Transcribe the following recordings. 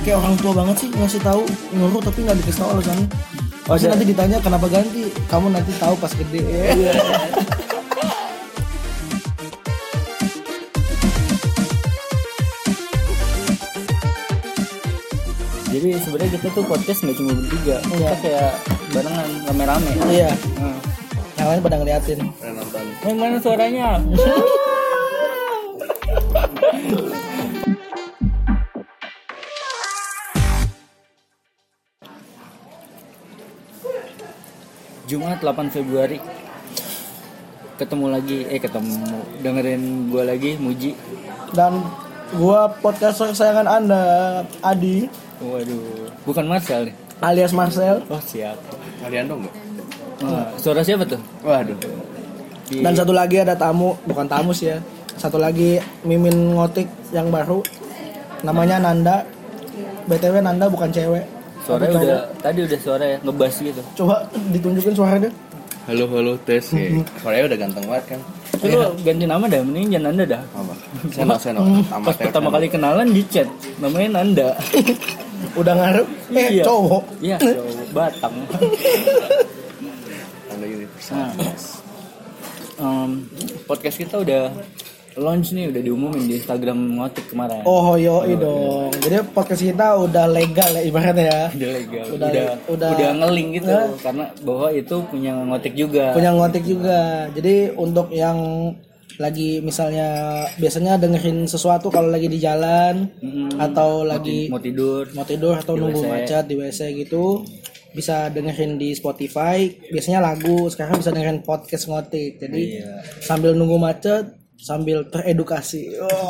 kayak orang tua banget sih ngasih tahu nyuruh tapi nggak dikasih tahu alasannya. Pasti nanti ditanya kenapa ganti, kamu nanti tahu pas gede. Jadi sebenarnya kita tuh podcast nggak cuma bertiga, kita kayak barengan rame-rame. Iya. Yang lain pada ngeliatin. Nonton. Yang mana suaranya? Jumat 8 Februari ketemu dengerin gue lagi Muji Dan gua podcast kesayangan Anda, Adi. Waduh, bukan Marcel nih Alias Marcel. Oh siap. Kalian dong nggak? Suara siapa tuh? Waduh. Dan satu lagi ada tamu, bukan tamu sih ya. Satu lagi mimin ngotik yang baru. Namanya Nanda. BTW Nanda bukan cewek. Suaranya udah suara ya, ngebas gitu. Coba ditunjukin suaranya. Halo tes. Suaranya udah ganteng banget kan. Lu ganti nama dah, mending jangan Nanda dah. Apa? Seno. Pas pertama kali kenalan di chat, namanya Nanda. Udah ngarep. Iya. Cowok. Iya, cowok Batang. Anda universal. Podcast kita udah launch nih, udah diumumin di Instagram Ngotik kemarin. Oh yoi dong. Jadi podcast kita udah legal ya ibaratnya ya. Udah legal. Udah Nge-link gitu karena bahwa itu punya Ngotik juga. Punya ngotik juga. Jadi untuk yang lagi misalnya biasanya dengerin sesuatu kalau lagi di jalan atau lagi mau tidur atau nunggu macet di WC gitu, bisa dengerin di Spotify. Biasanya lagu, sekarang bisa dengerin podcast Ngotik. Jadi sambil nunggu macet, sambil teredukasi.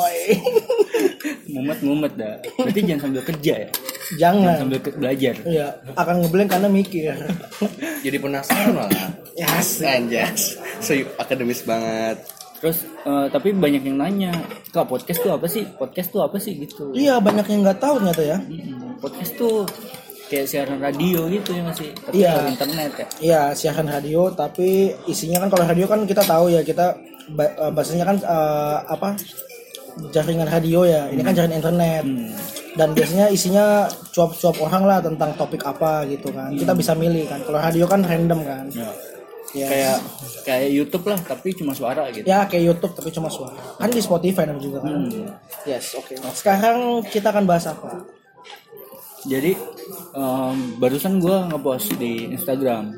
Mumet dah. Berarti jangan sambil kerja ya. Jangan sambil belajar. Iya, akan ngeblank karena mikir. Jadi penasaran malah. Yes. Anjas. So akademis banget. Terus tapi banyak yang nanya, "Kak, podcast tuh apa sih? Podcast tuh apa sih?" gitu. Iya, banyak yang nggak tahu ternyata ya. Podcast tuh kayak siaran radio gitu ya masih. Tapi Iya. internet ya. Iya, siaran radio, tapi isinya kan kalau radio kan kita tahu ya, kita bahasanya kan jaringan radio ya. Ini kan jaringan internet. Dan biasanya isinya cuap-cuap orang lah tentang topik apa gitu kan. Kita bisa milih kan. Kalau radio kan random kan. Ya. Kayak YouTube lah, tapi cuma suara gitu. Ya, kayak YouTube tapi cuma suara. Kan di Spotify juga kan. Yes, oke. Nah, sekarang kita akan bahas apa? Jadi barusan gue ngepost di Instagram.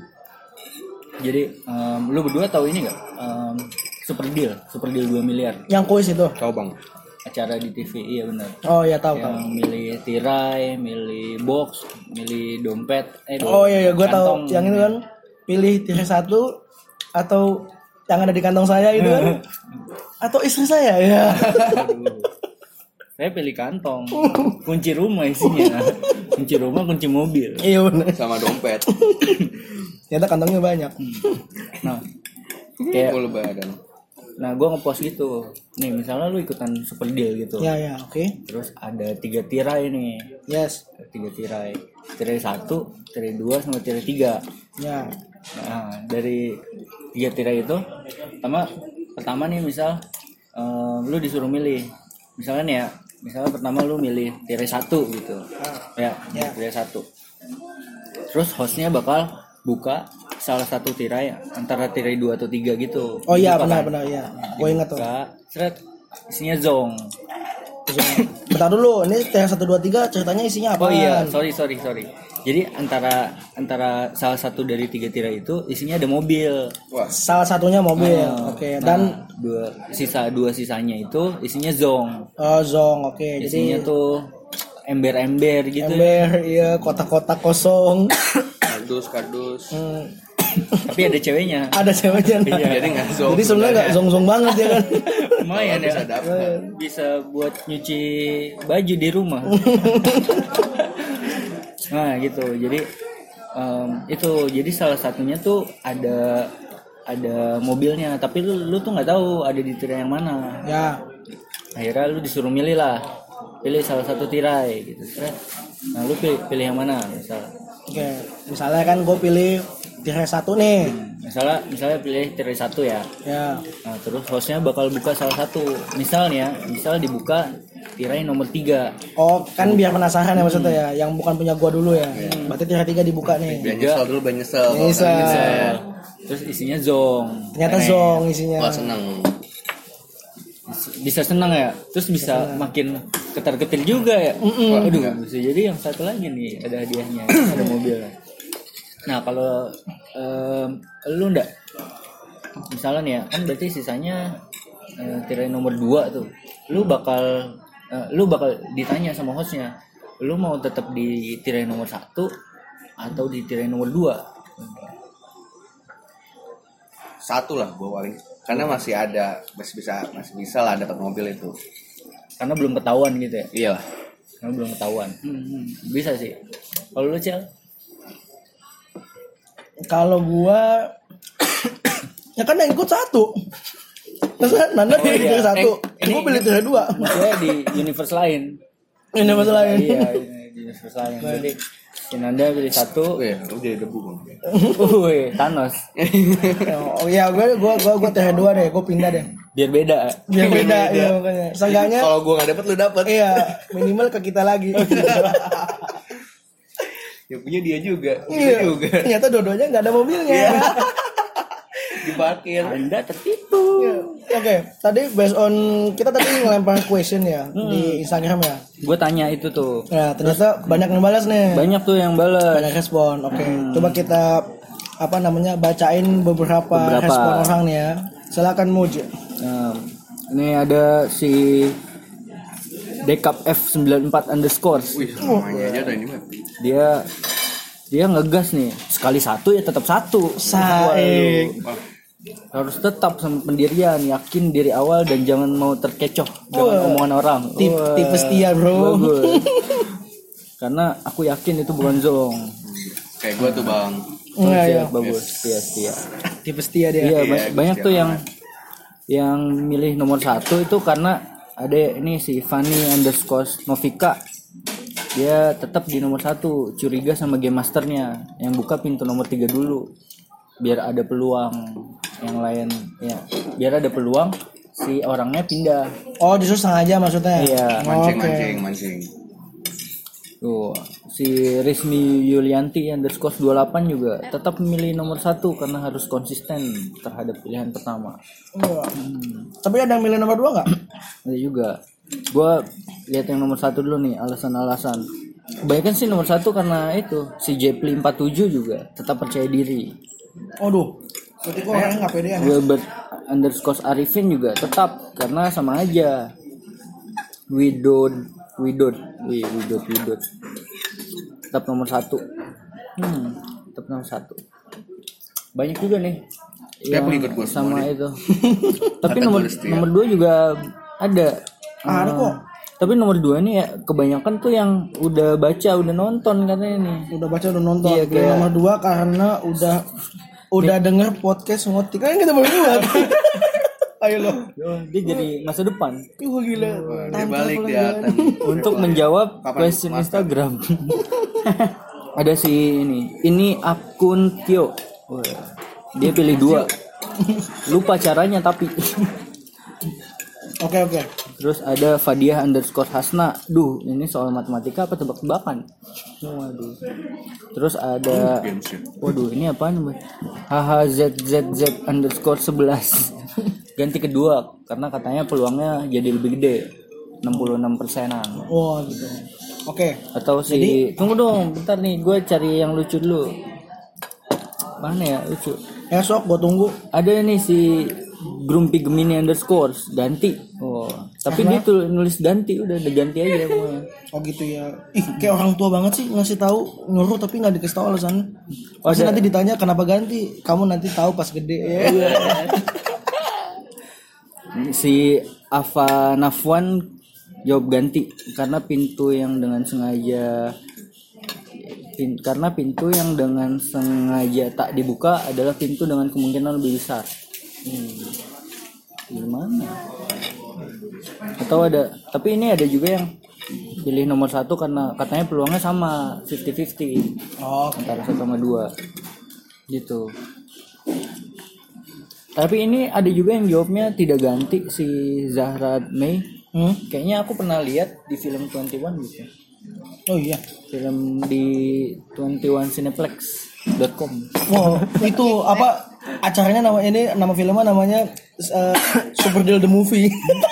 Jadi lu berdua tahu ini nggak? Super Deal 2 miliar. Yang kuis itu. Tahu bang. Acara di TV, iya benar. Oh iya tahu. Milih tirai, milih box, milih dompet. Oh iya, gue tahu. Yang itu kan pilih tirai satu atau yang ada di kantong saya itu kan, atau istri saya ya. Saya pilih kantong, kunci rumah isinya, kunci rumah, kunci mobil. Iya benar. Sama dompet. Ternyata kantongnya banyak. Nah, kayak, Full badan. nah gue ngepost gitu. Nih misalnya lu ikutan Super Deal gitu. Ya, oke. Terus ada 3 tirai nih. Yes. 3 tirai. Tirai 1, tirai 2 sama tirai 3. Ya. Nah, dari 3 tirai itu pertama nih misal lu disuruh milih. Misalnya nih ya, pertama lu milih tirai 1 gitu. Tirai 1. Terus hostnya bakal buka salah satu tirai antara tirai 2 atau 3 gitu. Oh iya, Buka, benar ya. Gue ingat tuh. Seret, isinya zong. Bentar dulu, ini TH 1 2 3 ceritanya isinya apa? Oh iya, sorry. Jadi antara salah satu dari 3 tirai itu isinya ada mobil. Wah. Salah satunya mobil. Oke. Dan dua sisanya itu isinya zong. Oh, zong. Oke. Isinya Jadi tuh ember-ember gitu. ember, iya, kotak-kotak kosong. Kardus. Tapi ada ceweknya. Ada ceweknya. Jadi nggak zong. Jadi sebenarnya nggak zong-zong banget ya kan? Lumayan ya. Bisa dapat. Bisa buat nyuci baju di rumah. Nah gitu. Jadi itu jadi salah satunya tuh ada mobilnya, tapi lu tuh nggak tahu ada di tirai yang mana. Ya. Akhirnya lu disuruh milih lah, pilih salah satu tirai gitu. Nah lu pilih yang mana misal? Oke, misalnya kan gue pilih tirai 1 nih. Misalnya pilih tirai 1 ya. Ya. Nah, terus hostnya bakal buka salah satu. Misal dibuka tirai nomor 3. Oh, kan biar penasaran ya maksudnya ya, yang bukan punya gua dulu ya. Berarti tirai 3 dibuka nih. Biar nyesel dulu, biar nyesel. Nyesel. Terus isinya zong. Ternyata zong isinya. Wah, seneng. Bisa senang ya, terus bisa makin ketar-ketir juga ya. Aduh, bisa jadi yang satu lagi nih ada hadiahnya, ada mobil. Nah kalau lu ndak, misalnya nih ya, kan berarti sisanya tirai nomor 2 tuh, lu bakal ditanya sama hostnya, lu mau tetap di tirai nomor 1 atau di tirai nomor 2? 1 lah gue paling, karena masih bisa lah dapat mobil itu. Karena belum ketahuan gitu ya. Iya. Karena belum ketahuan. Bisa sih. Kalau lu Cel? Kalau gua ya kan yang ikut 1. Terus Nanda pilih tirai 1. Gua pilih tirai 2. Maksudnya di universe lain. Ini masalah Iya, di universe lain. Jadi si Nanda pilih 1. Iya, lu jadi debu bang. Wih, Thanos. Oh iya, gua tirai 2 deh, gua pindah deh. Biar beda. Biar beda ya makanya. Seenggaknya Kalau gue nggak dapet, lu dapet. iya, minimal ke kita lagi. Ya punya dia juga. Iya. Kita juga. Ternyata dua-duanya nggak ada mobilnya. Diparkir. Anda tertipu. Oke, tadi based on kita tadi ngelempar question ya di Instagram ya. Gue tanya itu tuh. Nah, ternyata banyak yang balas nih. Banyak tuh yang balas. Banyak respon. Oke, coba kita bacain beberapa respon orang nih ya. Silakan Muj. Nah, ini ada si Dekap F94 _. Wih, namanya aja ada ini mah. Dia ngegas nih, sekali 1 ya tetap 1. Saik. Harus tetap sama pendirian, yakin diri awal dan jangan mau terkecoh dengan omongan orang. Tipe setia, bro. Bagus. Karena aku yakin itu bukan zong. Kayak gue tuh bang. Iya. Bagus, setia. Tipe setia dia. Iya, banyak tuh yang milih nomor 1 itu karena ada ini si Fanny _Novika. Dia tetap di nomor 1, curiga sama game masternya yang buka pintu nomor 3 dulu biar ada peluang yang lain ya, biar ada peluang si orangnya pindah. Oh, justru sengaja maksudnya. Iya. Mancing. Tuh, si Rizmi Yulianti _28 juga tetap memilih nomor 1 karena harus konsisten terhadap pilihan pertama. Tapi ada yang milih nomor 2 nggak? Ada juga. Gue lihat yang nomor 1 dulu nih, alasan-alasan. Kebanyakan sih nomor 1 karena itu si Jepli 47 juga tetap percaya diri. Aduh, berarti kok orangnya nggak pedean. Wilbert _Arifin juga tetap karena sama aja. Widod tetap nomor 1. Tetap nomor 1. Banyak juga nih yang sama itu. Tapi nomor 2 juga ada. Ada kok. Tapi nomor 2 nih ya kebanyakan tuh yang udah baca, udah nonton katanya nih. Udah baca, udah nonton. Iya, kayak... Nomor 2 karena udah denger podcast ngotik. Kan kita baru buat. Ayo loh. Dia jadi masa depan. Gila. Dia balik dia untuk menjawab question Instagram. Ada si ini akun Tio. Dia pilih 2. Lupa caranya tapi. Oke. Terus ada Fadiah _Hasna. Ini soal matematika apa tebak-tebakan? Waduh. Terus ada ini apaan, Mbak? HHZZZ _11. Ganti kedua karena katanya peluangnya jadi lebih gede. 66%-an. Oh, gitu. Oke. Atau tunggu dong, bentar nih, gue cari yang lucu dulu. Mana ya lucu? Esok gue tunggu. Ada nih si Grumpy Gemini _ ganti. Tapi dia tuh nulis ganti, udah ganti aja pokoknya. Oh gitu ya. Kayak orang tua banget sih ngasih tahu, nyuruh tapi nggak dikasih tahu alasannya. Pasti nanti ditanya kenapa ganti, kamu nanti tahu pas gede. Si Ava Nafwan jawab ganti karena pintu yang dengan sengaja tak dibuka adalah pintu dengan kemungkinan lebih besar. Gimana? Atau tapi ini ada juga yang pilih nomor 1 karena katanya peluangnya sama 50-50 antara 1 sama 2 gitu. Tapi ini ada juga yang jawabnya tidak ganti si Zahra May. Kayaknya aku pernah lihat di film 21 gitu. Oh iya, film di 21cineplex.com. Wow, itu apa acaranya nama filmnya namanya Super Deal the Movie.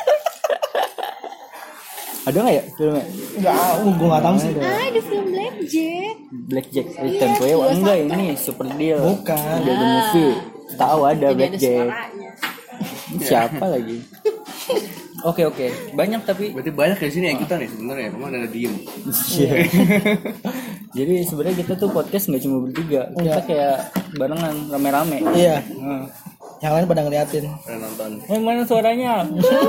Ada nggak ya filmnya? Enggak, gue nggak tahu sih. Ada film Blackjack Return to Ewa. Enggak, ini Super Deal. Bukan. The Movie. Tahu ada Blackjack. Siapa lagi? Oke. Banyak tapi Berarti banyak di sini yang ikutan nih sebenarnya. Cuma ada diem. Jadi sebenarnya kita tuh podcast nggak cuma bertiga. Kita kayak barengan rame-rame. Iya. Yang lain pada ngeliatin. Pada nonton. Mana suaranya?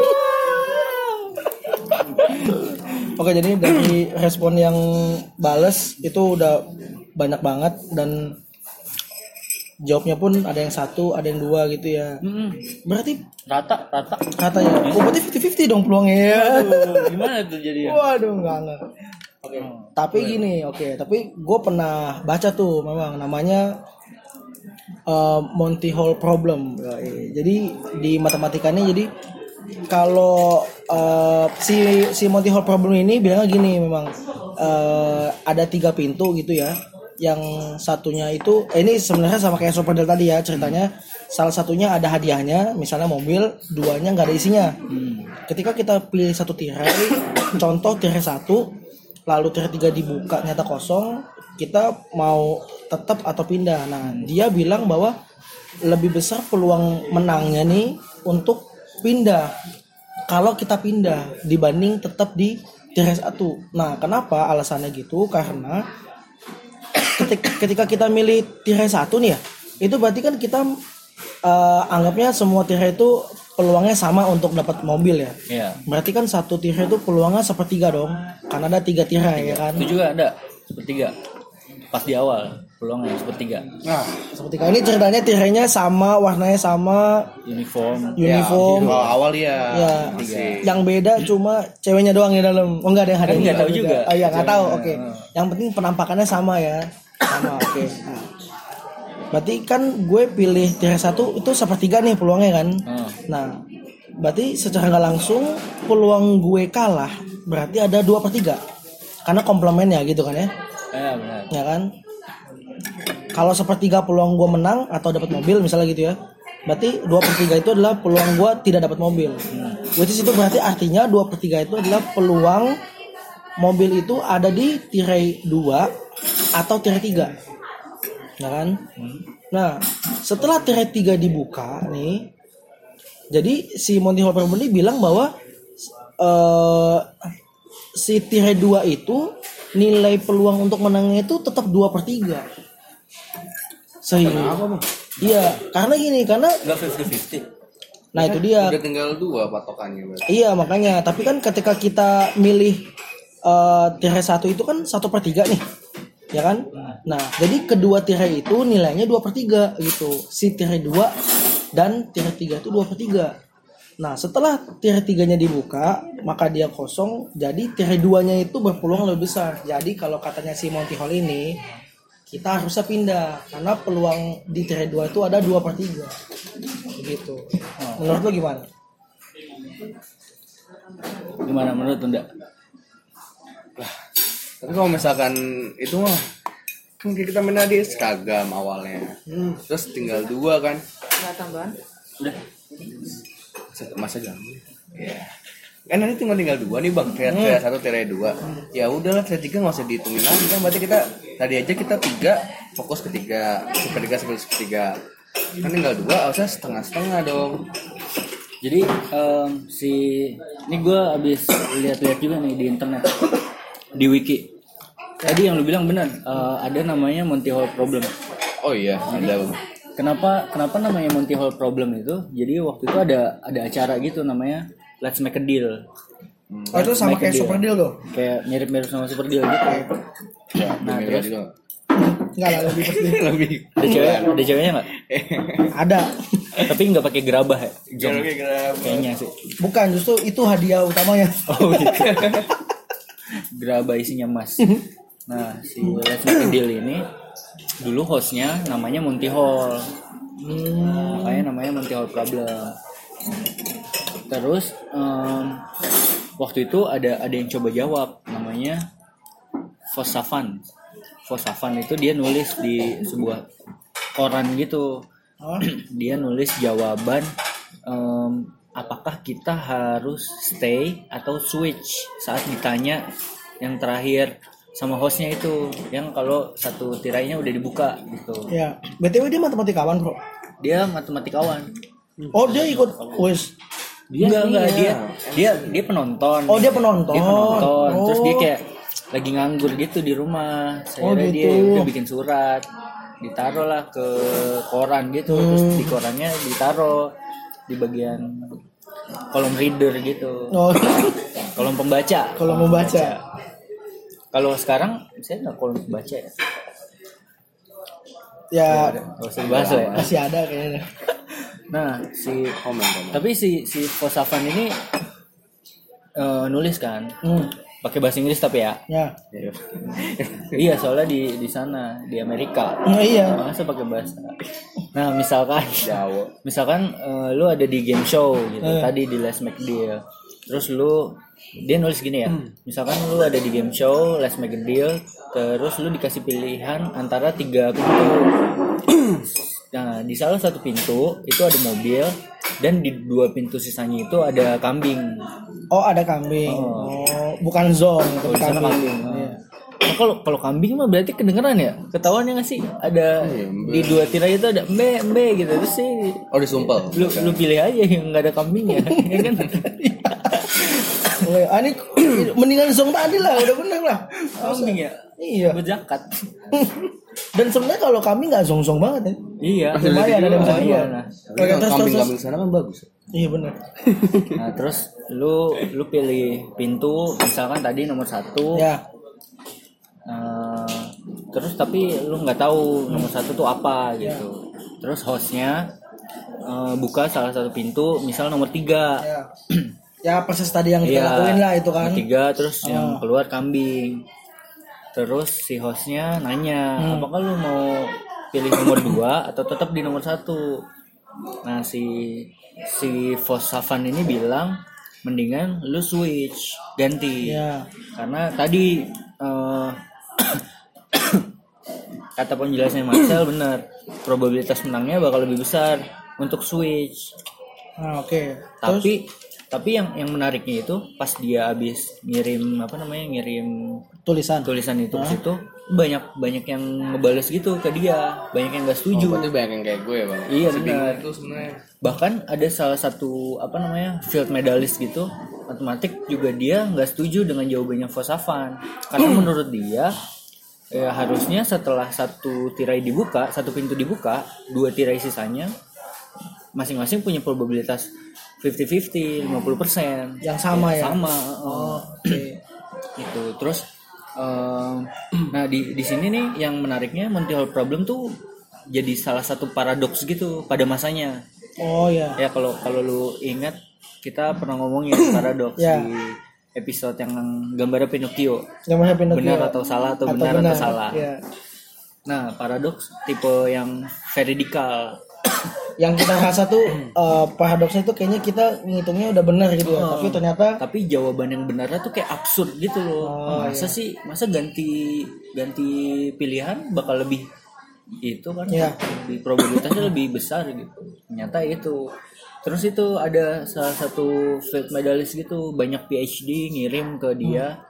Oke, jadi dari respon yang bales itu udah banyak banget dan jawabnya pun ada yang 1, ada yang 2 gitu ya. Berarti Rata. katanya. Berarti 50-50 dong peluangnya ya. Gimana tuh jadinya? Waduh, enggak. Oke. Tapi gini, tapi gue pernah baca tuh memang namanya Monty Hall problem. Jadi di matematikanya jadi kalau si Monty Hall problem ini bilangnya gini memang ada 3 pintu gitu ya. Yang satunya itu ini sebenarnya sama kayak Super Deal tadi ya ceritanya. Salah satunya ada hadiahnya, misalnya mobil, 2-nya nggak ada isinya. Ketika kita pilih satu tirai, contoh tirai 1, lalu tirai 3 dibuka nyata kosong, kita mau tetap atau pindah. Nah, dia bilang bahwa lebih besar peluang menangnya nih untuk pindah kalau kita pindah dibanding tetap di tirai 1. Nah, kenapa alasannya gitu? Karena ketika kita milih tirai 1 nih ya, itu berarti kan kita anggapnya semua tirai itu peluangnya sama untuk dapat mobil ya. Iya. Berarti kan satu tirai itu peluangnya 1/3 dong. Karena ada 3 tirai ya kan. Itu juga ada 1/3. Pas di awal peluangnya 1/3. Nah, 1/3 ini ceritanya tirainya sama, warnanya sama, Uniform. Ya, awal ya. Ya. Yang beda cuma ceweknya doang di dalam. Oh enggak ada yang Kan hadiahnya. nggak tahu juga. Oh iya, enggak tahu. Oke. Yang penting penampakannya sama ya. Sama, oke. Nah, berarti kan gue pilih tirai 1 itu 1/3 nih peluangnya kan. Nah, berarti secara nggak langsung peluang gue kalah berarti ada 2/3 karena komplemennya gitu kan ya. Iya benar. Ya kan. Kalau 1/3 peluang gue menang atau dapat mobil misalnya gitu ya. Berarti 2/3 itu adalah peluang gue tidak dapat mobil. Which is itu berarti artinya 2/3 itu adalah peluang mobil itu ada di tirai 2 atau tirai 3. Ya kan? Nah, setelah tirai 3 dibuka nih, jadi si Monty Hall problem ini bilang bahwa si tirai 2 itu nilai peluang untuk menangnya itu tetap 2/3. Sehingga iya, karena gini, karena Enggak 50-50. nah itu dia. Udah tinggal 2 patokannya berarti. Iya, makanya, tapi kan ketika kita milih tirai 1 itu kan 1/3 nih. Ya kan? Nah, jadi kedua tirai itu nilainya 2/3 gitu. Si tirai 2 dan tirai 3 itu 2/3. Nah, setelah tirai 3-nya dibuka, maka dia kosong. Jadi tirai 2-nya itu berpeluang lebih besar. Jadi kalau katanya si Monty Hall ini, kita harusnya pindah karena peluang di tirai 2 itu ada 2/3. Begitu. Menurut lo gimana? Gimana menurut Anda? Tapi kalau misalkan itu mah kan kita main tadi seragam awalnya. Terus tinggal 2 kan. Enggak tambahan. Udah. Masa jangan. Ya. Kan nanti tinggal 2 nih Bang. Tirai 1, tirai 2. Ya udahlah, tirai 3 enggak usah dihitungin lagi kan. Berarti kita tadi aja kita 3 fokus ke 3, 1/3. Kan tinggal 2, harusnya setengah-setengah dong. Jadi ini gue habis lihat-lihat juga nih di internet, di wiki. Tadi yang lu bilang benar, ada namanya Monty Hall problem. Oh iya, ada. Kenapa namanya Monty Hall problem itu? Jadi waktu itu ada acara gitu namanya Let's Make a Deal. Oh, itu sama kayak Super Deal tuh. Kayak mirip-mirip sama Super Deal gitu. Ya, Nah, terus Enggak lah, lebih pasti. lebih. Ada ceweknya nggak? Ada. Tapi nggak pakai gerabah ya? Jong. Kayaknya sih. Bukan, justru itu hadiah utamanya. Oh gitu. gerabah isinya emas. Nah, si Let's Make a Deal ini dulu hostnya namanya Monty Hall. Makanya namanya Monty Hall Problem. Terus waktu itu ada yang coba jawab, namanya Fosavan. Fosavan itu dia nulis di sebuah koran gitu. Dia nulis jawaban apakah kita harus stay atau switch saat ditanya yang terakhir sama hostnya itu, yang kalau satu tirainya udah dibuka gitu. Ya, BTW dia matematikawan, Bro. Dia matematikawan. Oh, dia ikut kuis. Enggak, dia penonton. Oh, dia penonton. Terus dia kayak lagi nganggur gitu di rumah. Saya gitu. dia udah bikin surat, ditaruh lah ke koran gitu. Terus di korannya ditaruh di bagian kolom reader gitu. Oh. Kolom pembaca. Kolom membaca. Kalau sekarang saya nggak kolom pembaca ya. Ya, Nggak usah dibahas lah ya. masih ada kayaknya. Nah, Komen. tapi si Fosavan ini nulis kan, pakai bahasa Inggris tapi ya. Ya. Iya, soalnya di sana di Amerika. Nah, iya. Masa pakai bahasa. Nah, misalkan lu ada di game show gitu, tadi di Let's Make a Deal. Terus dia nulis gini ya. Misalkan lu ada di game show Let's Make a Deal, terus lu dikasih pilihan antara 3 pintu. Nah, di salah satu pintu itu ada mobil, dan di 2 pintu sisanya itu ada kambing. Oh, ada kambing. Bukan zone, tapi Di sana kambing. Iya. Nah, kalau kambing mah berarti kedengeran ya? Ketahuan ya nggak sih? Ada di 2 tirai itu ada mbe gitu. Terus sih Disumpel. lu pilih aja yang nggak ada kambingnya, ya kan? Ini mendingan zong tadi lah, udah bener lah. Kambing ya? Iya. Berzakat. Dan sebenarnya kalau kambing nggak zong-zong banget ya. Iya. Lumayan ada yang bisa Iya. jual. Nah, Oke, terus. Kambing sana kan bagus. Iya benar. Nah, terus lu pilih pintu, misalkan tadi nomor 1. Ya. Terus tapi lu nggak tahu nomor 1 tuh apa gitu. Terus hostnya buka salah satu pintu, misal nomor 3. Ya. Ya persis tadi yang kita lakuin lah itu kan. Nomor 3, terus yang keluar kambing. Terus si hostnya nanya, apakah lu mau pilih nomor 2 atau tetap di nomor 1? Nah, si Fosavan ini bilang mendingan lu switch, ganti. Ya. Karena tadi kata penjelasannya Marcel benar, probabilitas menangnya bakal lebih besar untuk switch. Nah, oke. Tapi yang menariknya itu pas dia habis ngirim Tulisan itu ke situ, banyak yang ngebales gitu ke dia, banyak yang nggak setuju. Berarti banyak yang kayak gue ya, Bang. Iya, benar. Itu sebenarnya. Bahkan ada salah satu field medalist gitu matematik juga, dia nggak setuju dengan jawabannya Fosavan, karena menurut dia ya harusnya setelah satu pintu dibuka, 2 tirai sisanya masing-masing punya probabilitas 50-50, 50%. yang sama ya. Sama. Oke. Gitu. Terus nah di sini nih yang menariknya, Monty Hall Problem tuh jadi salah satu paradoks gitu pada masanya. Oh ya. Ya kalau lu ingat, kita pernah ngomongin paradoks di episode yang gambarnya Pinocchio. Benar atau salah, atau benar atau salah. Ya. Nah, paradoks tipe yang veridikal. Yang kita rasa tuh paradoksnya tuh kayaknya kita ngitungnya udah benar gitu ya, tapi jawaban yang benarnya tuh kayak absurd gitu loh. Masa ganti pilihan bakal lebih itu kan, di probabilitasnya lebih besar gitu. Ternyata itu. Terus itu ada salah satu field medalist gitu, banyak PhD ngirim ke dia,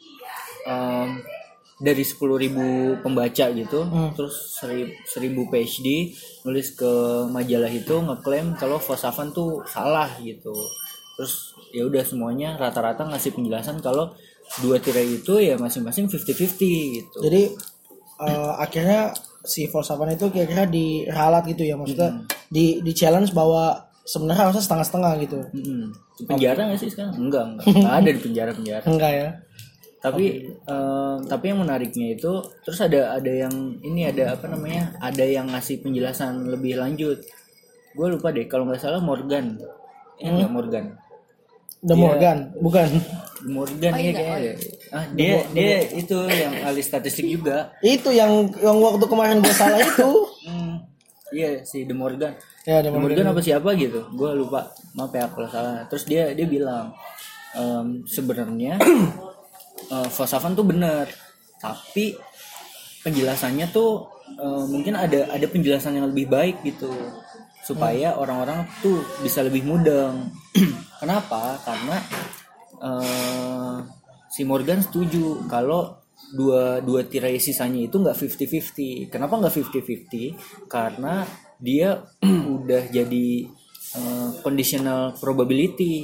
dari 10.000 pembaca gitu, terus 1.000 PhD nulis ke majalah itu ngeklaim kalau Fosavan tuh salah gitu. Terus ya udah semuanya rata-rata ngasih penjelasan kalau 2 tirai itu ya masing-masing 50-50 gitu. Jadi akhirnya si Fosavan itu kira-kira diralat gitu ya, maksudnya di challenge bahwa sebenarnya harusnya setengah-setengah gitu. Di penjara nggak sih sekarang? Enggak ada di penjara. Enggak ya. Tapi yang menariknya itu, terus ada yang ini, ada yang ngasih penjelasan lebih lanjut. Gue lupa deh, kalau nggak salah Morgan. Enggak Morgan. Morgan, bukan. Morgan ya kayaknya. Dia itu yang ahli statistik juga. Itu yang waktu kemarin gue salah itu. Iya si De Morgan. Ya, De Morgan apa siapa gitu? Gue lupa. Maaf ya kalau salah. Terus dia bilang sebenarnya falsafan tuh benar, tapi penjelasannya tuh mungkin ada penjelasan yang lebih baik gitu supaya orang-orang tuh bisa lebih mudeng. Kenapa? Karena si Morgan setuju kalau dua tirai sisanya itu nggak 50-50. Kenapa nggak 50-50? Karena dia udah jadi conditional probability.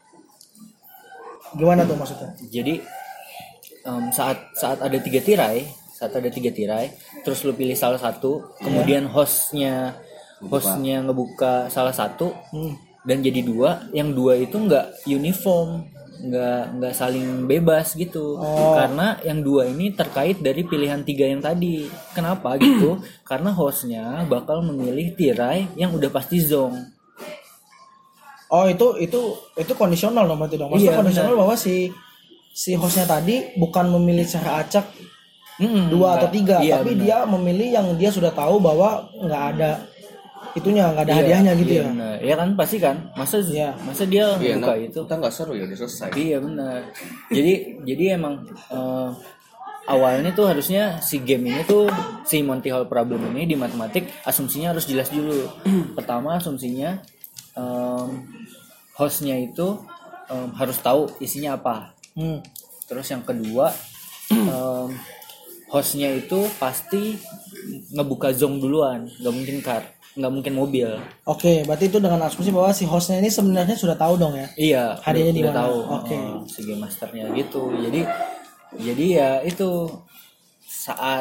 Gimana tuh maksudnya? Jadi saat ada tiga tirai, terus lu pilih salah satu, kemudian hostnya ngebuka salah satu dan jadi dua, yang dua itu nggak uniform, nggak saling bebas gitu. Karena yang dua ini terkait dari pilihan tiga yang tadi. Kenapa gitu? Karena hostnya bakal memilih tirai yang udah pasti zong. Oh itu kondisional dong berarti dong. Maksudnya Iya, kondisional benar. bahwa si hostnya tadi bukan memilih secara acak dua atau tiga, iya, tapi benar. dia memilih yang dia sudah tahu bahwa nggak ada itunya, nggak ada hadiahnya gitu ya. Benar. Ya kan pasti kan. Masa dia buka itu. Kita nggak seru ya udah selesai. Iya benar. Jadi emang awalnya tuh harusnya si game ini tuh si Monty Hall problem ini di matematik asumsinya harus jelas dulu. Pertama asumsinya hostnya itu harus tahu isinya apa. Terus yang kedua hostnya itu pasti ngebuka zong duluan, nggak mungkin mobil. Oke, berarti itu dengan asumsi bahwa si hostnya ini sebenarnya sudah tahu dong ya. Iya, hadiahnya di udah mana. tahu. Oke. Si game masternya gitu. Jadi ya itu saat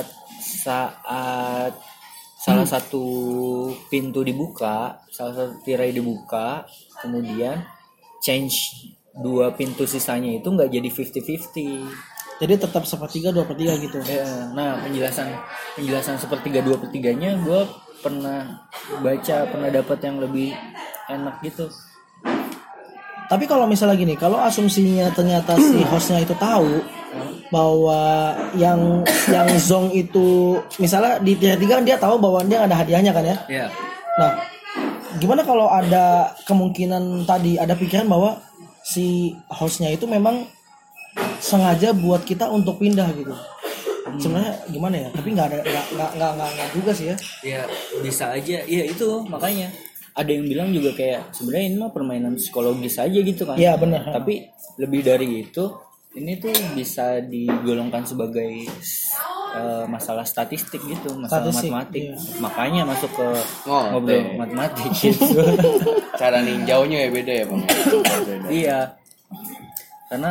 salah satu pintu dibuka, salah satu tirai dibuka, kemudian change dua pintu sisanya itu nggak jadi 50-50. Jadi tetap 1/3 2/3 gitu. Ya, nah penjelasan 1/3 2/3-nya gue pernah dapat yang lebih enak gitu. Tapi kalau misalnya gini, kalau asumsinya ternyata si hostnya itu tahu bahwa yang zong itu misalnya di tier 3 kan dia tahu bahwa dia ada hadiahnya kan ya. Iya. Nah, gimana kalau ada kemungkinan tadi ada pikiran bahwa si hostnya itu memang sengaja buat kita untuk pindah gitu. Sebenarnya gimana ya? Tapi nggak juga sih ya. Ya bisa aja. Iya itu makanya ada yang bilang juga kayak sebenarnya ini mah permainan psikologis aja gitu kan. Iya benar. Tapi lebih dari itu ini tuh bisa digolongkan sebagai masalah statistik gitu, masalah matematik. Iya. Makanya masuk ke Ngobrol matematik gitu. Cara ninjaunya ya beda ya bang. Beda. Iya. Karena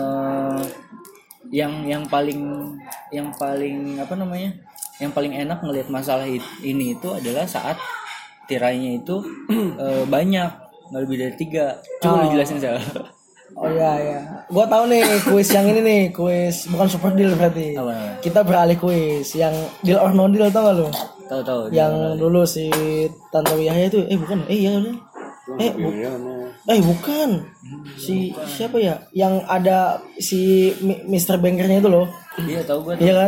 yang paling apa namanya? Yang paling enak ngelihat masalah ini itu adalah saat tirainya itu banyak, nggak lebih dari 3. Coba lu jelasin Sal. Oh iya. Gua tahu nih kuis yang ini nih, kuis bukan super deal berarti. Apa? Kita beralih kuis yang deal or no deal, tau gak lu? Tahu. Yang dulu si Tantowi Yahya itu bukan. Iya udah. Bukan. Si siapa ya? Yang ada si Mr. Bankernya itu loh. Iya tahu gue. Iya kan?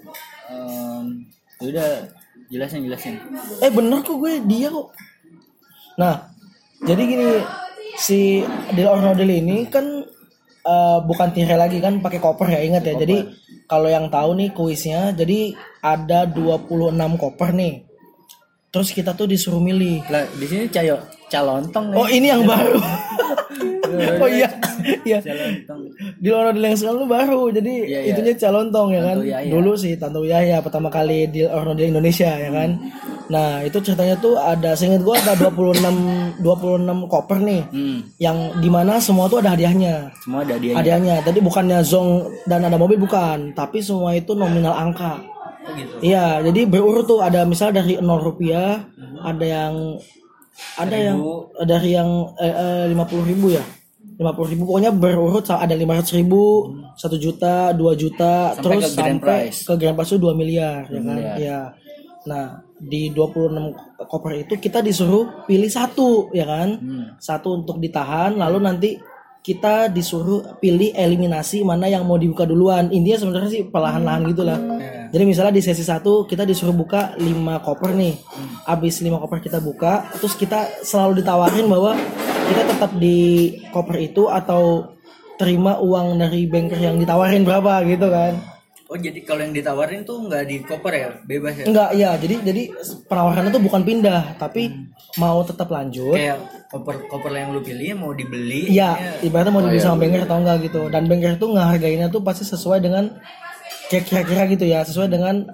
Udah jelasin. Bener kok dia kok. Nah, jadi gini, si deal or no deal ini kan bukan tirai lagi kan, pakai koper ya, ingat ya. Jadi kalau yang tahu nih kuisnya, jadi ada 26 koper nih. Terus kita tuh disuruh milih. Lah di sini calontong. Oh, ini yang baru. Oh iya. Calontong. Di Deal or No Deal yang sekarang baru. Jadi itunya calontong ya kan. Dulu sih Tanto Yahya pertama kali Deal or No Deal Indonesia ya kan. Nah, itu ceritanya tuh ada, seingat gua ada 26 koper nih. Yang dimana semua tuh ada hadiahnya. Semua ada hadiahnya. Hadiahnya. Tadi bukannya zong dan ada mobil, bukan, tapi semua itu nominal angka. Gitu. Iya, jadi berurut tuh, ada misal dari 0 rupiah, ada yang dari yang 50.000 ya. 50.000 pokoknya berurut, ada 500.000, 1 juta, 2 juta, sampai terus ke grand prize. Ke grand prize itu 2 miliar ya kan. Miliar. Iya. Nah, di 26 koper itu kita disuruh pilih satu ya kan. Satu untuk ditahan, lalu nanti kita disuruh pilih eliminasi mana yang mau dibuka duluan. Intinya sebenarnya sih perlahan-lahan gitulah. Jadi misalnya di sesi 1 kita disuruh buka 5 koper nih. Abis 5 koper kita buka, terus kita selalu ditawarin bahwa kita tetap di koper itu atau terima uang dari banker yang ditawarin berapa gitu kan. Oh jadi kalau yang ditawarin tuh nggak di koper ya, bebas ya? Enggak, ya. Jadi penawarannya tuh bukan pindah, tapi mau tetap lanjut. Kayak koper yang lu pilih mau dibeli. Iya, ibaratnya mau dibeli sama banker atau enggak gitu. Dan banker tuh ngehargainnya tuh pasti sesuai dengan kayak kira-kira gitu ya, sesuai dengan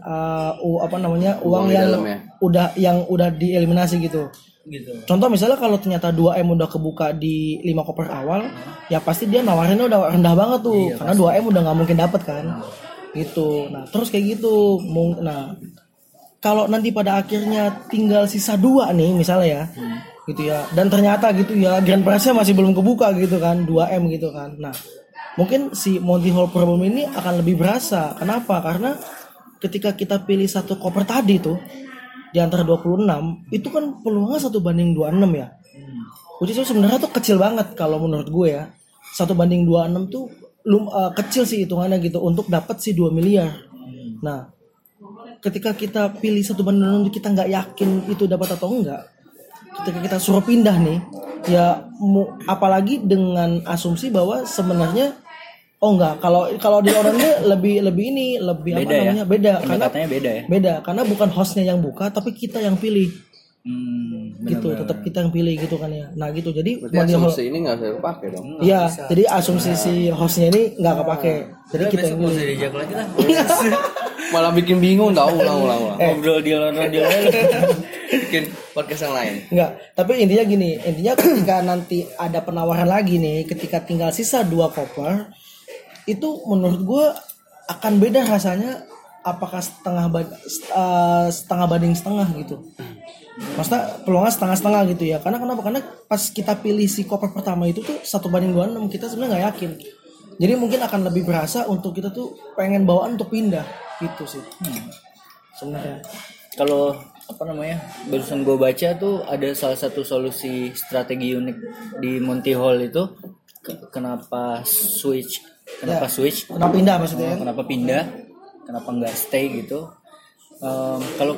uang yang udah dieliminasi gitu. Contoh misalnya kalau ternyata 2M udah kebuka di 5 koper awal, ya pasti dia nawarinnya udah rendah banget tuh, karena 2M udah nggak mungkin dapet kan. Gitu. Nah, terus kayak gitu. Nah, kalau nanti pada akhirnya tinggal sisa 2 nih misalnya ya. Gitu ya. Dan ternyata gitu ya, grand prize-nya masih belum kebuka gitu kan, 2M gitu kan. Nah, mungkin si Monty Hall problem ini akan lebih berasa. Kenapa? Karena ketika kita pilih satu koper tadi tuh di antara 26, itu kan peluangnya 1:26 ya. Which is sebenarnya tuh kecil banget kalau menurut gue ya. 1:26 tuh kecil sih hitungannya gitu untuk dapat si 2 miliar. Nah, ketika kita pilih 1:26 kita nggak yakin itu dapat atau enggak, ketika kita suruh pindah nih, ya apalagi dengan asumsi bahwa sebenarnya kalau di orangnya lebih beda apa namanya ya? beda karena katanya beda ya. Beda karena bukan hostnya yang buka tapi kita yang pilih. Gitu, tetap kita yang pilih gitu kan ya. Nah gitu, jadi asumsi ini nggak bisa dipakai dong. Iya, jadi asumsi si hostnya ini nggak kepake. Jadi kita yang pilih. Dijak lagi lah. Malah bikin bingung tau, ulang. Ngobrol di luar Bikin podcast yang lain. Enggak, tapi intinya ketika nanti ada penawaran lagi nih, ketika tinggal sisa 2 koper, itu menurut gue akan beda rasanya. Apakah setengah banding setengah gitu. Maksudnya peluangnya setengah-setengah gitu ya. Karena kenapa? Karena pas kita pilih si koper pertama itu tuh 1:26, kita sebenarnya nggak yakin. Jadi mungkin akan lebih berasa untuk kita tuh pengen bawaan untuk pindah gitu sih. Sebenarnya. Kalau barusan gue baca tuh ada salah satu solusi strategi unik di Monty Hall itu. Kenapa switch? Kenapa pindah maksudnya? Kenapa pindah? Kenapa nggak stay gitu? Kalau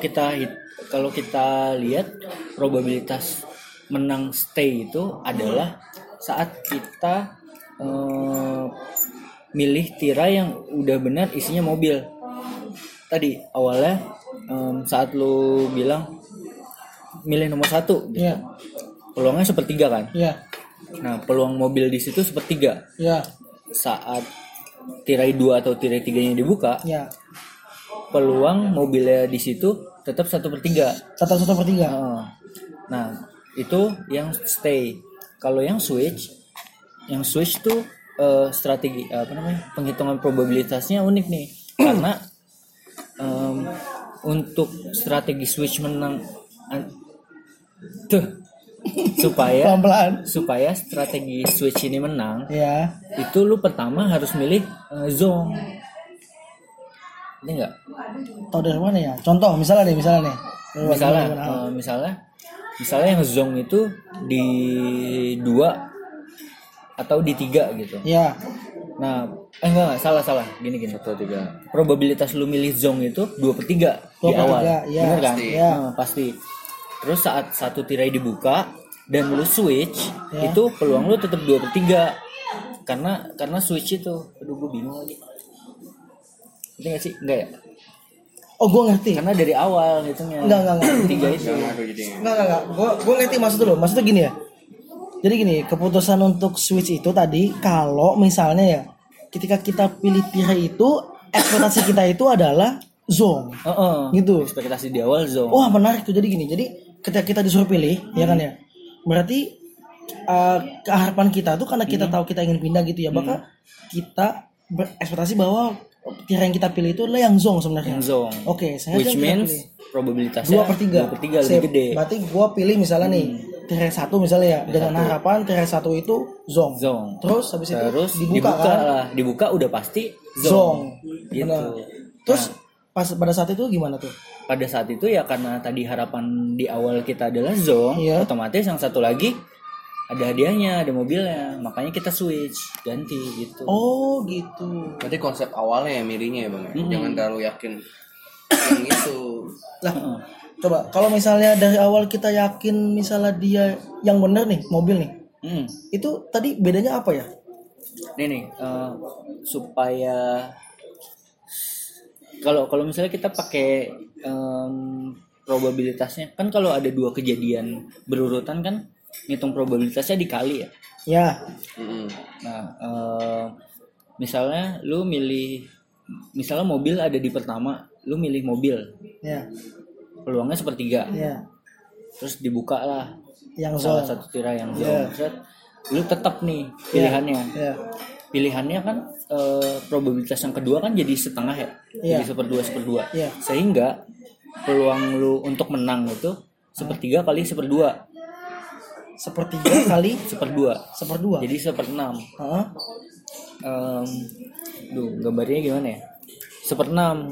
kita lihat probabilitas menang stay itu adalah saat kita milih tirai yang udah benar isinya mobil. Tadi awalnya saat lu bilang milih nomor 1 gitu. Peluangnya 1/3 kan? Iya. Nah, peluang mobil di situ 1/3. Iya. Saat tirai 2 atau tirai 3-nya dibuka, peluang mobilnya di situ tetap 1/3. Tetap 1/3. Nah, itu yang stay. Kalau yang switch tuh strategi penghitungan probabilitasnya unik nih. Karena untuk strategi switch menang supaya strategi switch ini menang, itu lu pertama harus milih zone. Ini enggak? Tahu dari mana ya? Contoh misalnya nih. Misalnya yang zone itu di 2 atau di 3 gitu. Iya. Nah, enggak, salah. Gini. 1/3. Probabilitas lu milih zone itu 2/3 di awal. Benar kan? Iya. Pasti. Terus saat satu tirai dibuka dan lu switch, itu peluang lu tetap 2/3. Karena switch itu. Aduh, gue bingung lagi. Ngerti gak sih? Enggak ya? Oh, gue ngerti. Karena dari awal hitungnya. Enggak. 3 itu. Enggak. Gue ngerti maksudnya gini ya. Jadi gini, keputusan untuk switch itu tadi kalau misalnya ya, ketika kita pilih tirai itu, ekspektasi kita itu adalah zone. Gitu. Ekspektasi di awal zone. Wah, menarik tuh. Jadi gini. Jadi ketika kita disuruh pilih, ya kan ya. Berarti keharapan kita tuh karena kita tahu kita ingin pindah gitu ya, maka kita berekspektasi bahwa tirai yang kita pilih itu adalah yang zone sebenarnya. Yang zone. Oke, saya which means pilih probabilitasnya 2/3 lebih gede. Berarti gue pilih misalnya nih tirai 1 misalnya ya, dengan harapan tirai 1 itu zone. Terus habis itu dibuka kan? Dibuka udah pasti zone. Gitu. Terus pas pada saat itu gimana tuh? Pada saat itu ya karena tadi harapan di awal kita adalah zone, otomatis yang satu lagi ada hadiahnya, ada mobilnya, makanya kita switch ganti gitu. Oh gitu. Berarti konsep awalnya ya milihnya ya bang ya? Jangan terlalu yakin yang itu. Lah, coba kalau misalnya dari awal kita yakin misalnya dia yang benar nih mobil nih, itu tadi bedanya apa ya? Nih supaya kalau misalnya kita pakai probabilitasnya kan, kalau ada 2 kejadian berurutan kan ngitung probabilitasnya dikali ya. Ya. Nah misalnya lu milih, misalnya mobil ada di pertama, lu milih mobil, Ya. peluangnya 1/3. Ya. Terus dibuka lah Yang salah zong. satu tirai yang Ya. zong. Set, lu tetap nih pilihannya. Ya. Pilihannya kan probabilitas yang kedua kan jadi setengah ya, Iya. jadi 1/2. Iya. Sehingga peluang lu untuk menang itu 1/3 kali 1/2. 1/3 kali 1/2. 1/2. Jadi 1/6. Heeh. Gambarnya gimana ya? 1/6.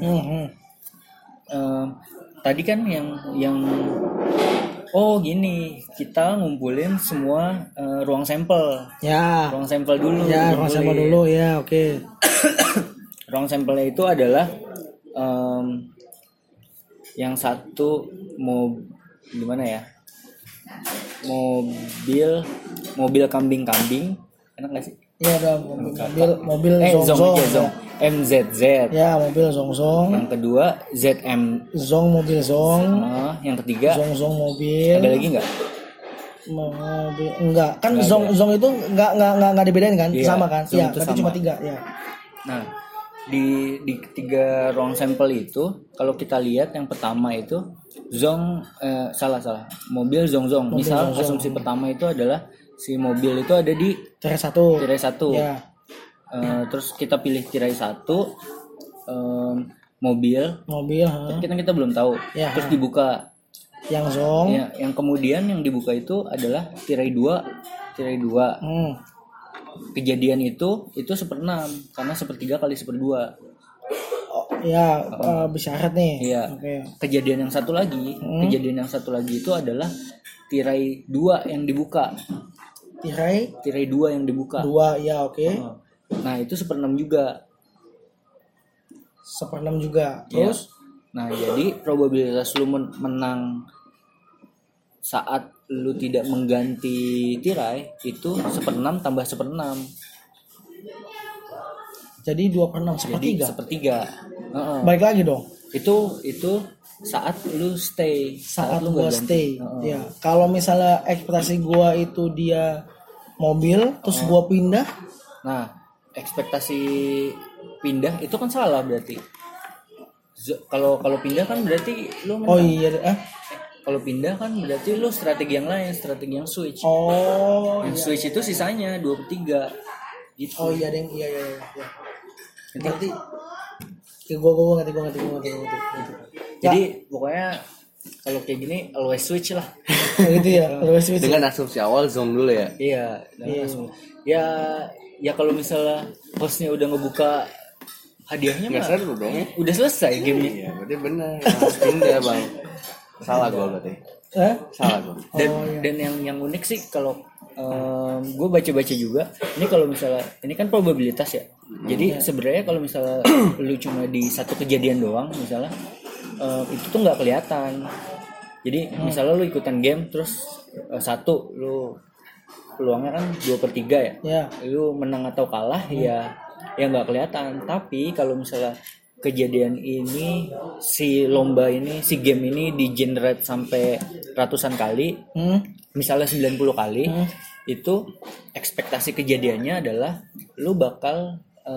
Tadi kan yang gini, kita ngumpulin semua ruang sampel. Ya. Ruang sampel dulu. Ya, ruang sampel dulu ya, oke. Ruang sampelnya itu adalah yang satu gimana ya? Mobil kambing-kambing, enak nggak sih? Iya dong, mobil zong-zong. Zong. MZZ. Ya, mobil zong-zong. Yang kedua ZM. Zong mobil zong. Yang ketiga Zong-zong mobil. ada lagi nggak? Mobil enggak kan zong itu enggak dibedain kan, Iya, sama kan? zong Iya, itu berarti sama. cuma 3 ya. Nah, di 3 ruang sampel itu kalau kita lihat yang pertama itu salah mobil zong-zong. Misal zong-zong. asumsi pertama itu adalah si mobil itu ada di Tirai 1. tirai 1. Ya. Terus kita pilih tirai 1, mobil. Tapi Kan kita belum tahu. Ya. Terus dibuka. yang zong. Ya, yang kemudian yang dibuka itu adalah tirai 2. Kejadian itu 1/6 karena 1/3 kali 1/2. Oh, ya, bersyarat nih. Iya. Oke. Kejadian yang satu lagi itu adalah tirai 2 yang dibuka. Tirai 2 yang dibuka. 2 ya, oke. Nah, itu 1/6 juga. 1/6 juga. Iya. Terus Nah, jadi probabilitas lu menang saat lu tidak mengganti tirai itu 1/6 tambah 1/6. jadi 2/6 Jadi 1/3. 1/3. Balik lagi dong. Itu saat lu stay. Saat lu gua nggak ganti. stay. Ya, kalau misalnya ekspektasi gua itu dia mobil terus gua pindah, Nah, ekspektasi pindah itu kan salah berarti. Kalau pindah kan berarti lu menang. oh iya Kalau pindah kan berarti lu strategi yang lain, strategi yang switch. oh Yang iya. switch itu sisanya 2/3. Gitu. Oh iya deng, iya. Berarti ya, gua ngerti. Jadi pokoknya kalau kayak gini always switch lah. Gitu ya, terus switch. Dengan asumsi awal zong dulu ya. Iya, langsung. Ya kalau misalnya hostnya udah ngebuka hadiahnya Nggak mah seru dong. udah selesai gamenya. Iya, berarti benar. Harus pindah bang. Salah gue berarti. Salah gue. Dan yang unik sih kalau gue baca-baca juga, ini kalau misalnya ini kan probabilitas ya. Jadi sebenarnya kalau misalnya lu cuma di satu kejadian doang misalnya, itu tuh nggak kelihatan. Jadi misalnya lu ikutan game terus satu lu peluangnya kan 2/3 ya. Ya. Lu menang atau kalah ya nggak kelihatan. Tapi kalau misalnya kejadian ini, si lomba ini, si game ini di generate sampai ratusan kali, misalnya 90 kali, itu ekspektasi kejadiannya adalah lu bakal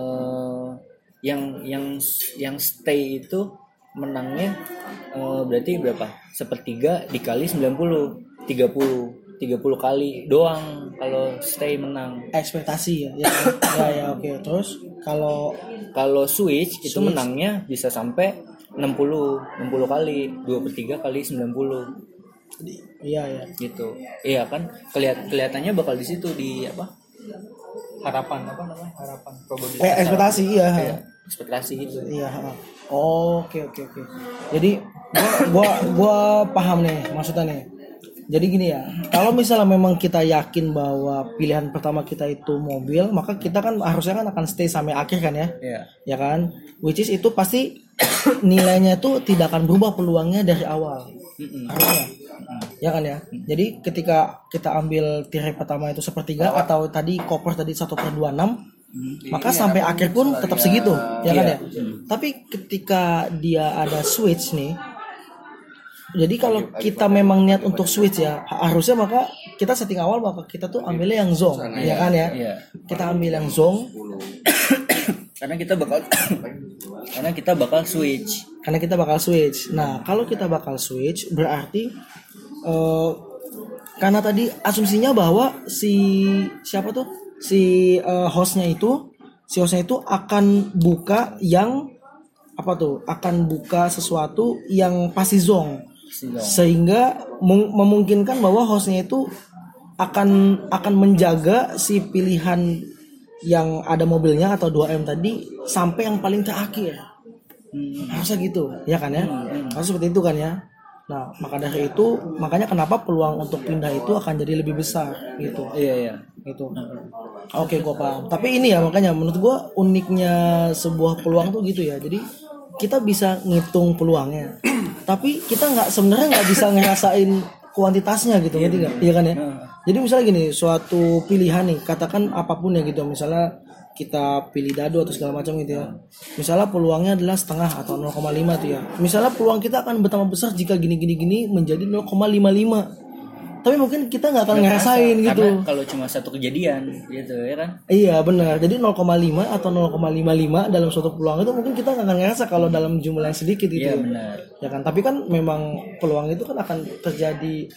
yang stay itu menangnya berarti berapa? 1/3 dikali 90, 30 kali doang kalau stay menang. Ekspektasi ya. Ya, oke. Terus Kalau switch itu menangnya bisa sampai 60 kali, 2/3 kali 90. iya. Gitu. Iya kan? Kelihatannya bakal di situ di apa? Harapan probabilitas. Ekspektasi iya. Iya, ekspektasi itu. Iya. Oke. Jadi gua paham nih maksudnya nih. Jadi gini ya, kalau misalnya memang kita yakin bahwa pilihan pertama kita itu mobil, maka kita kan harusnya kan akan stay sampai akhir kan ya, ya kan? Which is itu pasti nilainya itu tidak akan berubah peluangnya dari awal, harusnya, ya kan ya. Jadi ketika kita ambil tirai pertama itu sepertiga atau tadi koper tadi 1/26, maka sampai akhir pun tetap segitu, ya kan ya. Tapi ketika dia ada switch nih. Jadi kalau kita memang niat untuk switch ya, harusnya maka kita setting awal maka kita tuh ambilnya yang zong, ya kan ya. Kita ambil yang zong karena kita bakal switch. Nah, kalau kita bakal switch berarti karena tadi asumsinya bahwa si hostnya itu akan buka yang akan buka sesuatu yang pasti zong. Sehingga memungkinkan bahwa hostnya itu akan menjaga si pilihan yang ada mobilnya atau 2M tadi sampai yang paling terakhir. Harusnya gitu, ya kan ya? Harus seperti itu kan ya. Nah, maka dari itu makanya kenapa peluang untuk pindah itu akan jadi lebih besar gitu. Iya. Gitu. Oke, gua paham. Tapi ini ya makanya menurut gua uniknya sebuah peluang tuh gitu ya. Jadi kita bisa ngitung peluangnya. Tapi kita sebenarnya nggak bisa ngerasain kuantitasnya gitu, ngerti nggak? Iya kan ya. Jadi misalnya gini, suatu pilihan nih, katakan apapun ya gitu, misalnya kita pilih dado atau segala macam gitu ya. Misalnya peluangnya adalah setengah atau 0,5 tuh ya. Misalnya peluang kita akan bertambah besar jika gini menjadi 0,55. Tapi mungkin kita nggak akan ngerasain gitu. Karena kalau cuma satu kejadian gitu ya kan. Iya benar. Jadi 0,5 atau 0,55 dalam suatu peluang itu mungkin kita nggak akan ngerasa kalau dalam jumlah yang sedikit gitu. Iya benar. Ya kan. Tapi kan memang peluang itu kan akan terjadi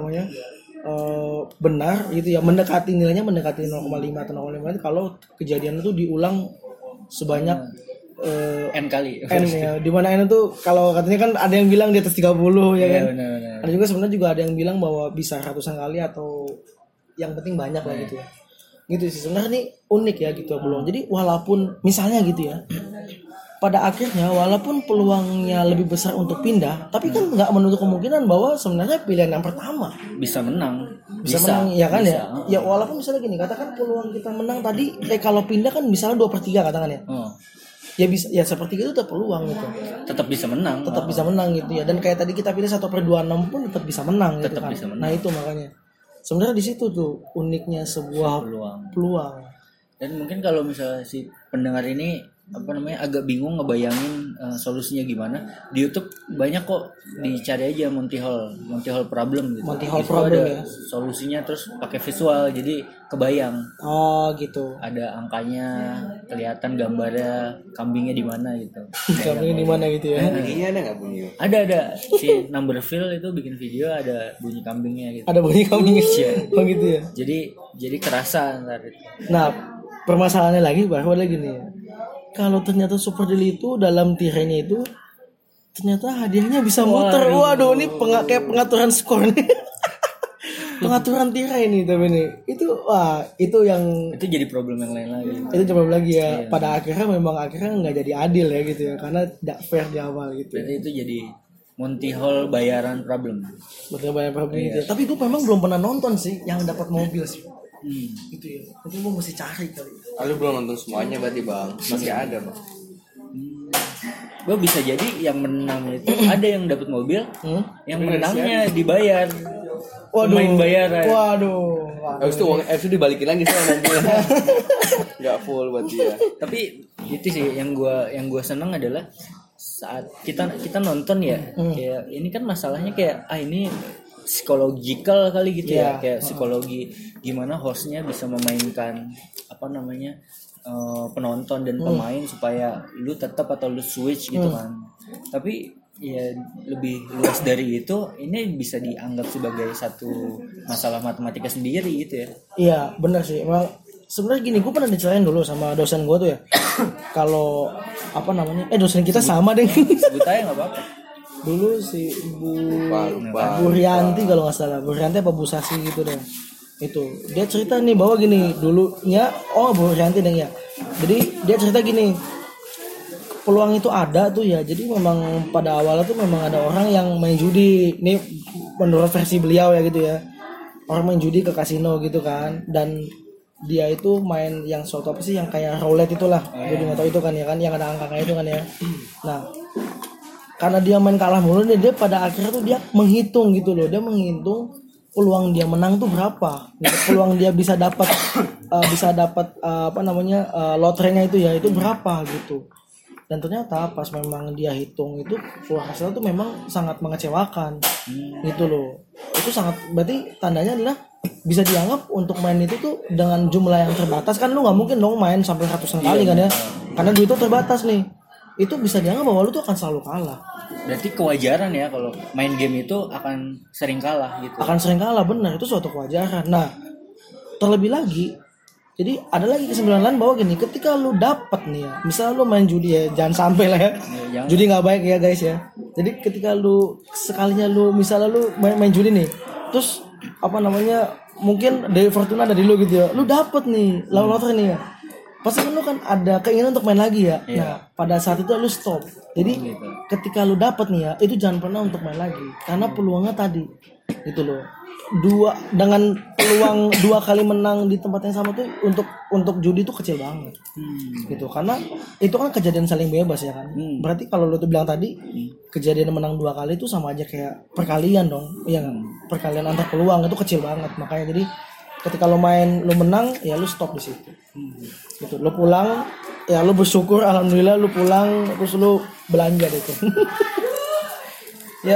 benar gitu ya, nilainya mendekati 0,5 atau 0,5 kalau kejadian itu diulang sebanyak N kali. N ya. Di mana N itu kalau katanya kan ada yang bilang di atas 30 ya kan. Benar. Ada juga sebenarnya juga ada yang bilang bahwa bisa ratusan kali atau yang penting banyak lah gitu ya. Gitu sih sebenarnya ini unik ya gitu peluang. Jadi walaupun misalnya gitu ya, pada akhirnya walaupun peluangnya lebih besar untuk pindah, tapi kan nggak menutup kemungkinan bahwa sebenarnya pilihan yang pertama bisa menang ya kan ya. Ya walaupun misalnya gini, katakan peluang kita menang tadi kalau pindah kan misalnya 2/3 katakan ya. Ya bisa ya seperti itu tetap peluang gitu. Tetap bisa menang gitu ya. Dan kayak tadi kita pilih 1/26 pun tetap bisa menang gitu kan. Nah itu makanya sebenarnya di situ tuh uniknya sebuah peluang. Dan mungkin kalau misalnya si pendengar ini agak bingung ngebayangin solusinya gimana, di YouTube banyak kok, dicari aja Monty Hall problem gitu. Monty Hall problem ya. Solusinya terus pakai visual jadi kebayang. Oh gitu. Ada angkanya, kelihatan gambarnya, kambingnya di mana gitu. Kambingnya di mana gitu ya. Bunyinya ada nggak bunyi? Ada si Numberville itu bikin video ada bunyi kambingnya gitu. Ada bunyi kambingnya. Oh gitu ya. Jadi kerasa ntar itu. Nah permasalahannya lagi bahwa lagi nih. Kalau ternyata Super Deal itu dalam tirainya itu ternyata hadiahnya bisa muter. Waduh, ini kayak pengaturan skor nih. Pengaturan tirai nih tapi nih. Itu jadi problem yang lain lagi. Itu problem lagi ya. Iya. Pada akhirnya nggak jadi adil ya gitu ya, karena tidak fair di awal gitu. Berarti itu jadi Monty Hall bayaran problem. Betul, bayaran problem gitu. Tapi gue memang belum pernah nonton sih yang dapat mobil sih. Gitu ya. Mungkin gue mesti cari kali. Lu belum nonton semuanya berarti bang? Masih ada bang. Gue bisa jadi yang menang itu ada yang dapat mobil, yang menangnya dibayar. Main bayaran. Waduh. Habis itu uang itu dibalikin lagi sama mobilnya. Nggak full buat dia. Tapi itu sih yang gue seneng adalah saat kita nonton ya, kayak ini kan masalahnya kayak ini psikologikal kali gitu ya, kayak psikologi gimana hostnya bisa memainkan penonton dan pemain supaya lu tetap atau lu switch gitu kan. Tapi ya lebih luas dari itu, ini bisa dianggap sebagai satu masalah matematika sendiri gitu ya. Iya benar sih. Emang sebenarnya gini, gue pernah diceritain dulu sama dosen gue tuh ya. Kalau dosen kita sama deh. Sebut aja nggak apa-apa. Dulu si Bu Rianti kalau nggak salah, Bu Rianti apa Bu Sasi gitu deh. Itu dia cerita nih bahwa gini dulunya, Bu Rianti deh ya. Jadi dia cerita gini, peluang itu ada tuh ya. Jadi memang pada awalnya tuh memang ada orang yang main judi. Ini menurut versi beliau ya gitu ya. Orang main judi ke kasino gitu kan, dan dia itu main yang suatu apa sih yang kayak roulette itulah. Jadi nggak tahu itu kan ya kan yang ada angkanya itu kan ya. Nah, karena dia main kalah mulu nih, dia pada akhirnya tuh dia menghitung gitu loh. Dia menghitung peluang dia menang tuh berapa. Gitu. Peluang dia bisa dapat lotrenya itu ya itu berapa gitu. Dan ternyata pas memang dia hitung itu keluar hasilnya tuh memang sangat mengecewakan gitu loh. Itu sangat berarti tandanya adalah bisa dianggap untuk main itu tuh dengan jumlah yang terbatas kan lu nggak mungkin dong main sampai ratusan kali kan ya, karena duit itu terbatas nih. Itu bisa dianggap bahwa lu tuh akan selalu kalah. Berarti kewajaran ya kalau main game itu akan sering kalah gitu. Akan sering kalah, benar, itu suatu kewajaran. Nah, terlebih lagi, jadi ada lagi kesimpulan lain bahwa gini, ketika lu dapet nih ya, misalnya lu main judi ya, jangan sampai lah ya, judi nggak baik ya guys ya. Jadi ketika lu sekalinya lu misalnya lu main judi nih, terus mungkin dari Fortuna ada di lu gitu ya, lu dapet nih lawan lotre nih ya, pasti kan lu kan ada keinginan untuk main lagi ya. Nah pada saat itu lu stop. Jadi ketika lu dapet nih ya, itu jangan pernah untuk main lagi, karena peluangnya tadi gitu loh. Dengan peluang 2 kali menang di tempat yang sama tuh untuk judi itu kecil banget gitu, karena itu kan kejadian saling bebas ya kan. Berarti kalau lu tuh bilang tadi kejadian menang 2 kali itu sama aja kayak perkalian dong, iya kan? Perkalian antar peluang itu kecil banget. Makanya jadi ketika lu main lu menang ya lu stop di situ gitu. Lu pulang ya lu bersyukur, alhamdulillah lu pulang, terus lu belanja deh tuh. Ya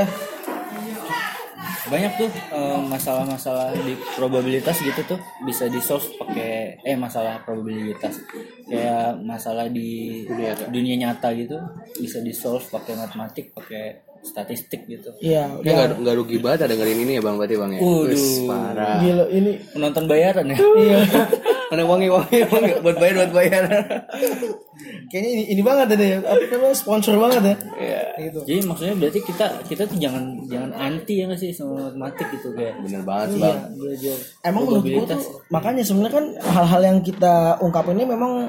banyak tuh masalah-masalah di probabilitas gitu tuh bisa di solve pakai masalah probabilitas kayak masalah di dunia nyata gitu bisa di solve pakai matematik, pakai statistik gitu. Iya, nggak rugi banget dengerin ini ya bang, berarti bang ya. Parah. Gila ini penonton bayaran ya. Iya. Mana wangi buat bayar. Kayaknya ini banget ya, apa namanya, sponsor banget ya. Iya. Gitu. Jadi maksudnya berarti kita tuh jangan anti ya nggak sih sama matematik gitu kayak. Bener banget sih Iya. bang. Belajar Emang menurut gue tuh makanya sebenarnya kan hal-hal yang kita ungkap ini memang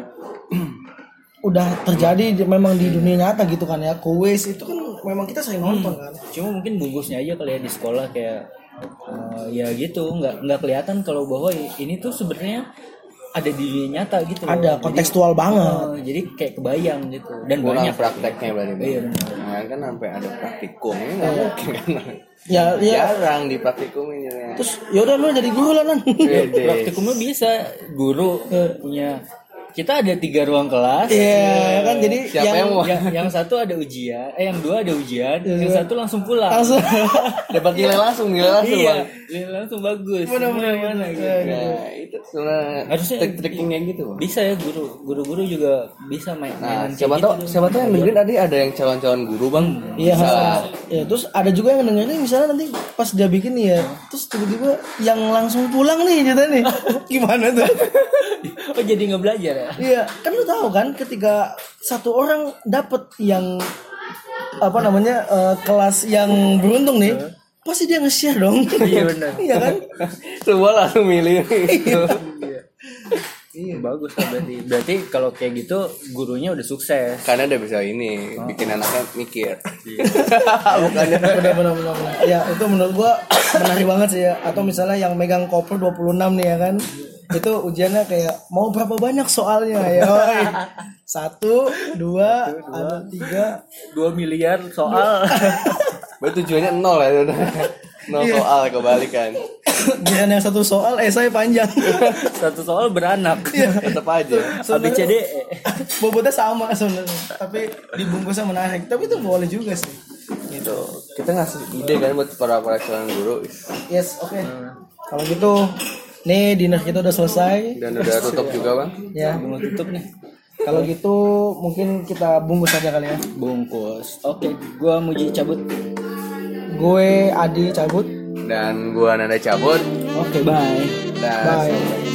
udah terjadi memang di dunia nyata gitu kan ya. Kuis itu kan memang kita sering nonton kan. Cuma mungkin bungkusnya aja kali ya di sekolah kayak ya gitu nggak kelihatan kalau bahwa ini tuh sebenarnya ada di dunia nyata gitu. Ada kontekstual banget. Jadi kayak kebayang gitu dan Kurang banyak prakteknya berarti bang. Iya benar. Nah, kan sampai ada praktikumnya nggak mungkin kan. Ya. Jarang di praktikumin ya. Terus yaudah lu jadi guru lah nan. Praktikumnya bisa guru punya. Kita ada 3 ruang kelas. Iya kan, jadi siapa yang mau? Yang satu ada ujian, yang 2 ada ujian, yang satu langsung pulang. Dapat nilai langsung Iya, bang. nilai langsung bagus. Mana gitu. Nah itu sebenarnya Harusnya trik-triknya gitu bang. Bisa ya guru-guru juga bisa Nah, mainan siapa tahu yang dengerin tadi ada yang calon-calon guru bang. Iya. Ya, terus ada juga yang dengerin misalnya nanti pas dia bikin nih ya, terus tiba-tiba yang langsung pulang nih gitu nih. Gimana tuh? Oh jadi nggak belajar ya? Iya, kan lu tahu kan ketika satu orang dapet yang kelas yang beruntung nih, pasti dia nge-share dong. Iya benar. Iya kan? Semua langsung milih. Iya bagus kan berarti kalau kayak gitu gurunya udah sukses. Karena udah bisa bikin anaknya mikir. Bukannya benar. Ya itu menurut gua menarik banget sih ya. Atau misalnya yang megang koper 26 nih ya kan, itu ujiannya kayak mau berapa banyak soalnya ya. 1, 2, 3 2 miliar soal. Berarti tujuannya 0 ya udah. 0 soal kebalikan. Jangan yang satu soal esai panjang. Satu soal beranak. Tetap aja. ABCD. Bobotnya sama sebenarnya, tapi dibungkusnya menarik. Tapi itu boleh juga sih. Gitu. Kita ngasih ide kan buat para calon guru. Yes, oke. Kalau gitu, nih dinner kita udah selesai. Dan udah tutup juga bang. Ya, Mau tutup nih. kalau gitu mungkin kita bungkus aja kali ya. Bungkus. Oke, gua Muji cabut. Gue Adi cabut. Dan gua Nanda cabut. Oke, bye. Dan Bye.